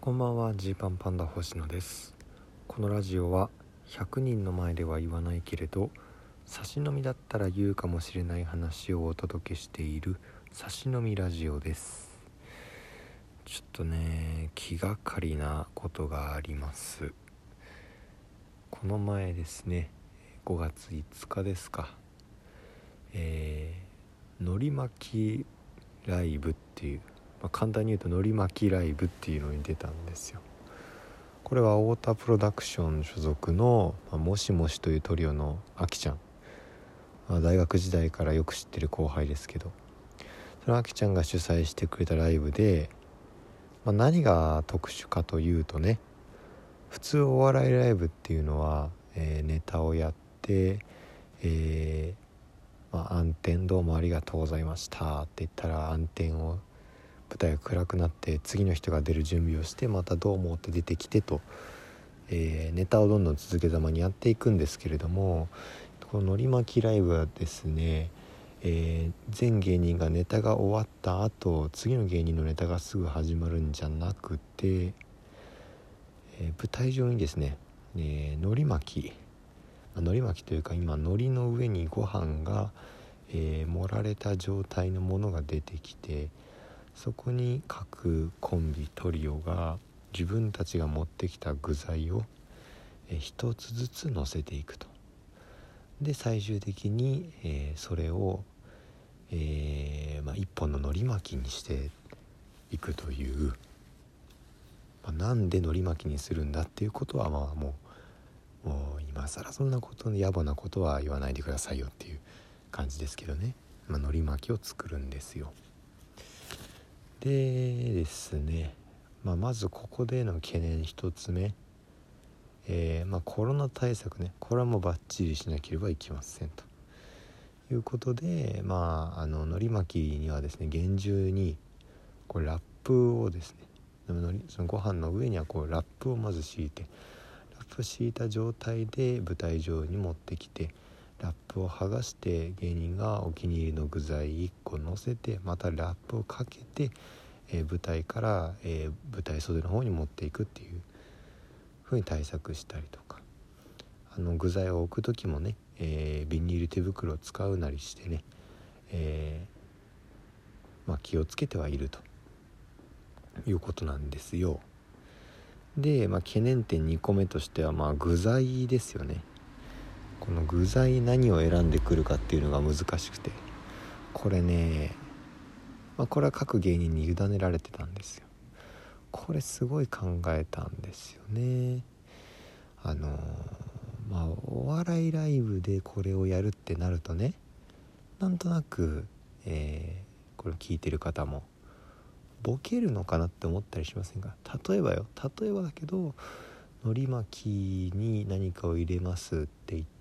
こんばんは、ジーパンパンダ星野です。このラジオは100人の前では言わないけれど差し飲みだったら言うかもしれない話をお届けしている差し飲みラジオです。ちょっとね、気がかりなことがあります。この前ですね、5月5日ですか、のり巻きライブっていう、簡単に言うとのり巻きライブっていうのに出たんですよ。これは太田プロダクション所属の、もしもしというトリオのあきちゃん、大学時代からよく知ってる後輩ですけど、そのあきちゃんが主催してくれたライブで、何が特殊かというとね、普通お笑いライブっていうのは、ネタをやって、暗転どうもありがとうございましたって言ったら、暗転を舞台が暗くなって次の人が出る準備をして、またどうもって出てきてと、ネタをどんどん続けざまにやっていくんですけれども、こののり巻きライブはですね、全芸人がネタが終わった後、次の芸人のネタがすぐ始まるんじゃなくて、舞台上にですね、のり巻きというか、今海苔の上にご飯が、盛られた状態のものが出てきて、そこに各コンビトリオが自分たちが持ってきた具材を一つずつ乗せていくと。で最終的に、それを、一本の海苔巻きにしていくという、なんで海苔巻きにするんだっていうことは、もう今更そんなこと野暮なことは言わないでくださいよっていう感じですけどね、海苔巻きを作るんですよ。でですね、まずここでの懸念一つ目、コロナ対策ね、これはもうバッチリしなければいけませんということで、海苔巻きにはですね、厳重にこれラップをですね、そのご飯の上にはこうラップをまず敷いて、ラップ敷いた状態で舞台上に持ってきて、ラップを剥がして芸人がお気に入りの具材1個乗せて、またラップをかけて、舞台から、舞台袖の方に持っていくっていう風に対策したりとか、具材を置く時もね、ビニール手袋を使うなりしてね、気をつけてはいるということなんですよ。で、懸念点2個目としては、具材ですよね。この具材何を選んでくるかっていうのが難しくて、これね、これは各芸人に委ねられてたんですよ。これすごい考えたんですよね。お笑いライブでこれをやるってなるとね、なんとなく、これ聞いてる方もボケるのかなって思ったりしませんか？例えばだけど、海苔巻きに何かを入れますって言って、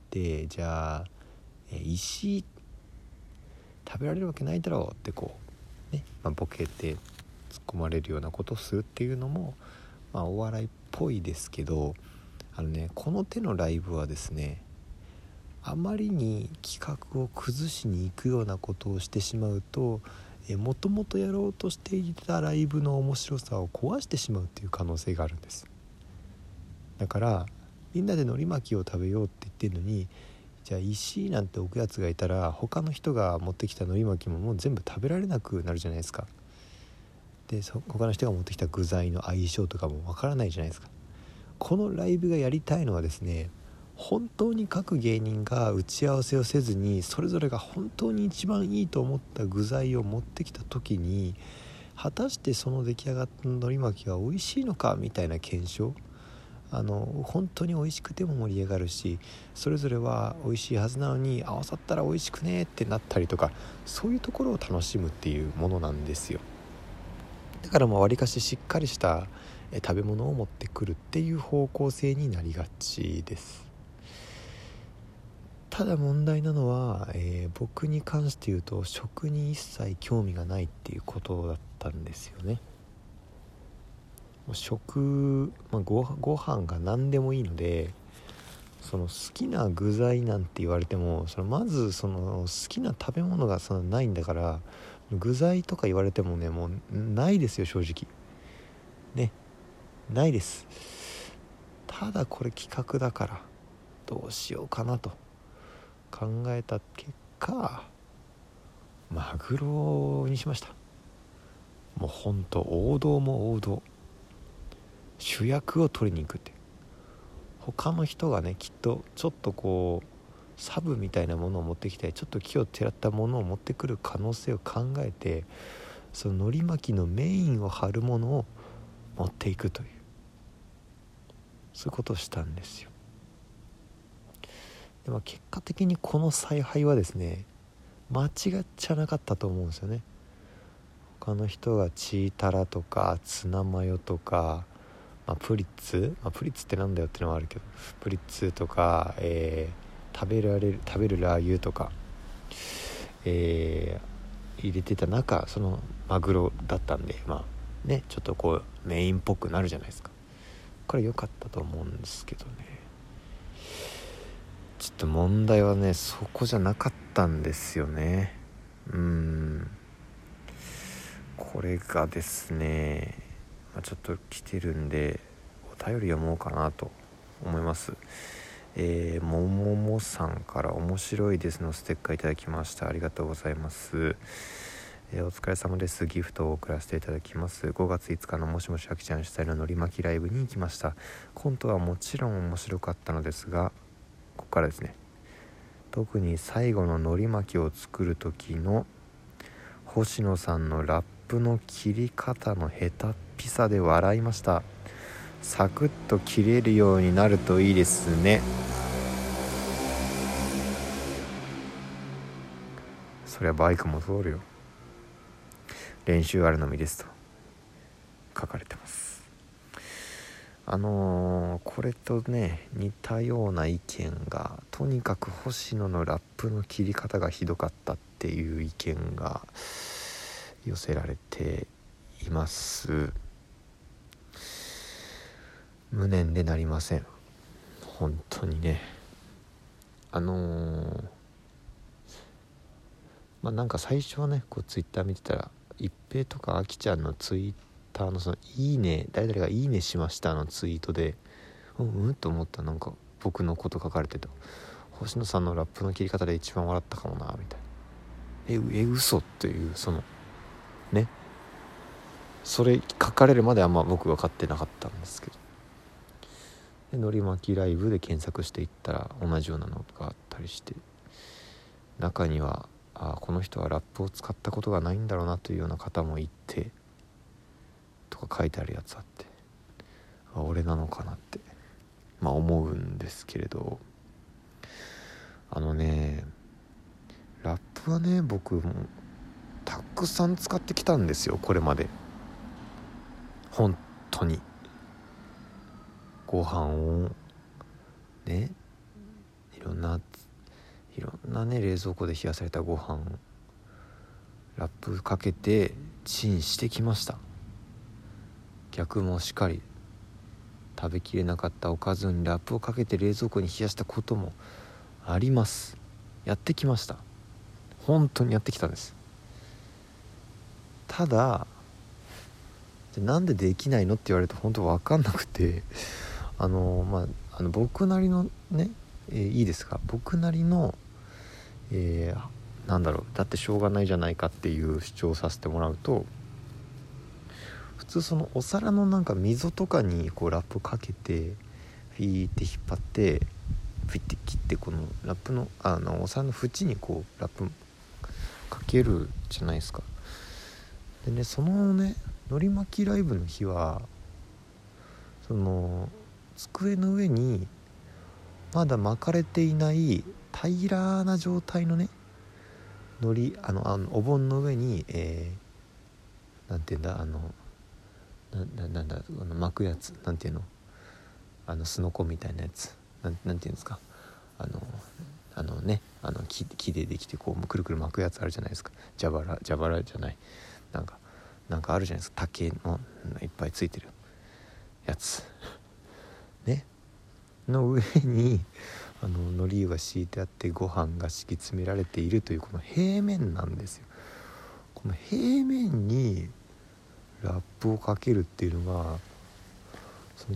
じゃあ、石食べられるわけないだろうってこうね、ボケて突っ込まれるようなことをするっていうのも、お笑いっぽいですけど、この手のライブはですね、あまりに企画を崩しに行くようなことをしてしまうと、もともとやろうとしていたライブの面白さを壊してしまうっていう可能性があるんです。だからみんなで海苔巻きを食べようって言ってるのに、じゃあ石なんて置くやつがいたら、他の人が持ってきた海苔巻きももう全部食べられなくなるじゃないですか。で他の人が持ってきた具材の相性とかもわからないじゃないですか。このライブがやりたいのはですね、本当に各芸人が打ち合わせをせずに、それぞれが本当に一番いいと思った具材を持ってきた時に、果たしてその出来上がった海苔巻きが美味しいのかみたいな検証、本当に美味しくても盛り上がるし、それぞれは美味しいはずなのに合わさったら美味しくねってなったりとか、そういうところを楽しむっていうものなんですよ。だからわりかししっかりした食べ物を持ってくるっていう方向性になりがちです。ただ問題なのは、僕に関して言うと、食に一切興味がないっていうことだったんですよね。食、ご飯が何でもいいので、その好きな具材なんて言われても、まずその好きな食べ物がないんだから、具材とか言われてもね、もうないですよ正直ね。 ないです。ただこれ企画だからどうしようかなと考えた結果、マグロにしました。もうほんと王道も王道、主役を取りに行くって。他の人がねきっとちょっとこうサブみたいなものを持ってきたり、ちょっと気をてらったものを持ってくる可能性を考えて、その海苔巻きのメインを張るものを持っていくという、そういうことをしたんですよ。でも結果的にこの采配はですね、間違っちゃなかったと思うんですよね。他の人がチータラとかツナマヨとか、プリッツ、プリッツってなんだよってのはあるけど、プリッツとか、食べるラー油とか、入れてた中、そのマグロだったんで、ちょっとこうメインっぽくなるじゃないですか。これ良かったと思うんですけどね、ちょっと問題はねそこじゃなかったんですよね。これがですね、ちょっと来てるんでお便り読もうかなと思います。もももさんから面白いですのステッカーいただきました。ありがとうございます。お疲れ様です。ギフトを送らせていただきます。5月5日のもしもしあきちゃん主催ののり巻きライブに行きました。コントはもちろん面白かったのですが、ここからですね、特に最後ののり巻きを作る時の星野さんのラップの切り方の下手っぴさで笑いました。サクッと切れるようになるといいですね。そりゃバイクも通るよ。練習あるのみですと書かれてます。これとね似たような意見が、とにかく星野のラップの切り方がひどかったっていう意見が寄せられています。無念でなりません。本当にね、なんか最初はねこうツイッター見てたら、一平とかあきちゃんのツイッターのそのいいね、誰々がいいねしましたのツイートでと思った。なんか僕のこと書かれてた。星野さんのラップの切り方で一番笑ったかもなみたいな。嘘っていう、そのね、それ書かれるまでは僕が買ってなかったんですけど、でのり巻きライブで検索していったら同じようなのがあったりして、中にはこの人はラップを使ったことがないんだろうなというような方もいてとか書いてあるやつあって、俺なのかなって思うんですけれど、ラップはね僕もたくさん使ってきたんですよ、これまで。本当にご飯をね、いろんなね冷蔵庫で冷やされたご飯ラップかけてチンしてきました。逆もしかり、食べきれなかったおかずにラップをかけて冷蔵庫に冷やしたこともあります。やってきました。本当にやってきたんです。ただなんでできないのって言われると本当分かんなくて、僕なりのね、いいですか、僕なりの、だってしょうがないじゃないかっていう主張をさせてもらうと、普通そのお皿のなんか溝とかにこうラップかけてフィーって引っ張ってフィって切って、このラップのお皿の縁にこうラップかけるじゃないですか。でね、そのねのり巻きライブの日はその机の上にまだ巻かれていない平らな状態のねのりお盆の上になんていうんだなんだ巻くやつ、なんていうの、すのこみたいなやつ、なんていうんですか、木でできてこうくるくる巻くやつあるじゃないですか。蛇腹じゃない、なんかあるじゃないですか、竹のいっぱいついてるやつねの上に海苔が敷いてあってご飯が敷き詰められているというこの平面なんですよ。この平面にラップをかけるっていうのがその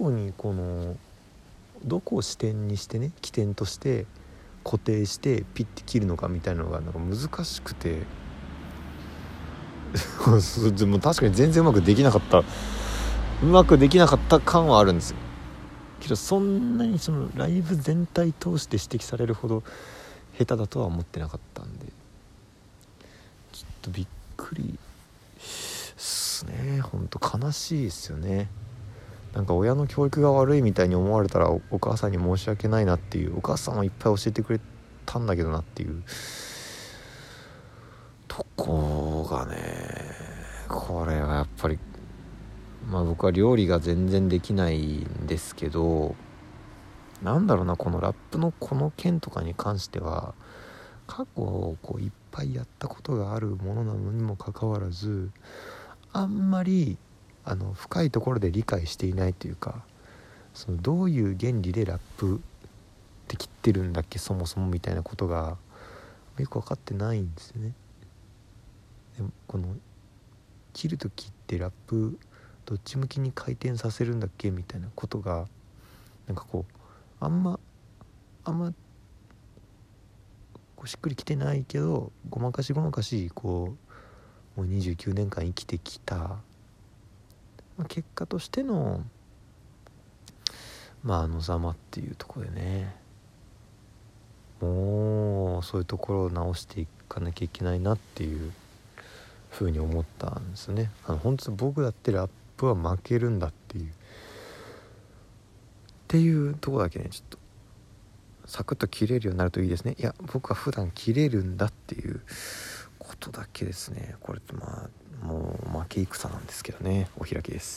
どこを視点にしてね、起点として固定してピッて切るのかみたいなのがなんか難しくてでも確かに全然うまくできなかった感はあるんですよ。けどそんなにそのライブ全体通して指摘されるほど下手だとは思ってなかったんで、ちょっとびっくりっすね。ほんと悲しいですよね。なんか親の教育が悪いみたいに思われたら お母さんに申し訳ないなっていう、お母さんはいっぱい教えてくれたんだけどなっていうとこがね、これはやっぱり僕は料理が全然できないんですけど、なんだろうな、このラップのこの件とかに関しては過去こういっぱいやったことがあるものなのにもかかわらず、あんまり深いところで理解していないというか、そのどういう原理でラップって切ってるんだっけそもそもみたいなことがよく分かってないんですよね。でもこの切るときってラップどっち向きに回転させるんだっけみたいなことがなんかこうあんまこうしっくりきてないけど、ごまかしこうもう29年間生きてきた、結果としてのざまっていうところでね、もうそういうところを直していかなきゃいけないなっていうふうに思ったんですね。本当に僕だってラップは負けるんだっていうところだけね、ちょっとサクッと切れるようになるといいですね。いや僕は普段切れるんだっていうことだけですね。これってもう負け戦なんですけどね。お開きです。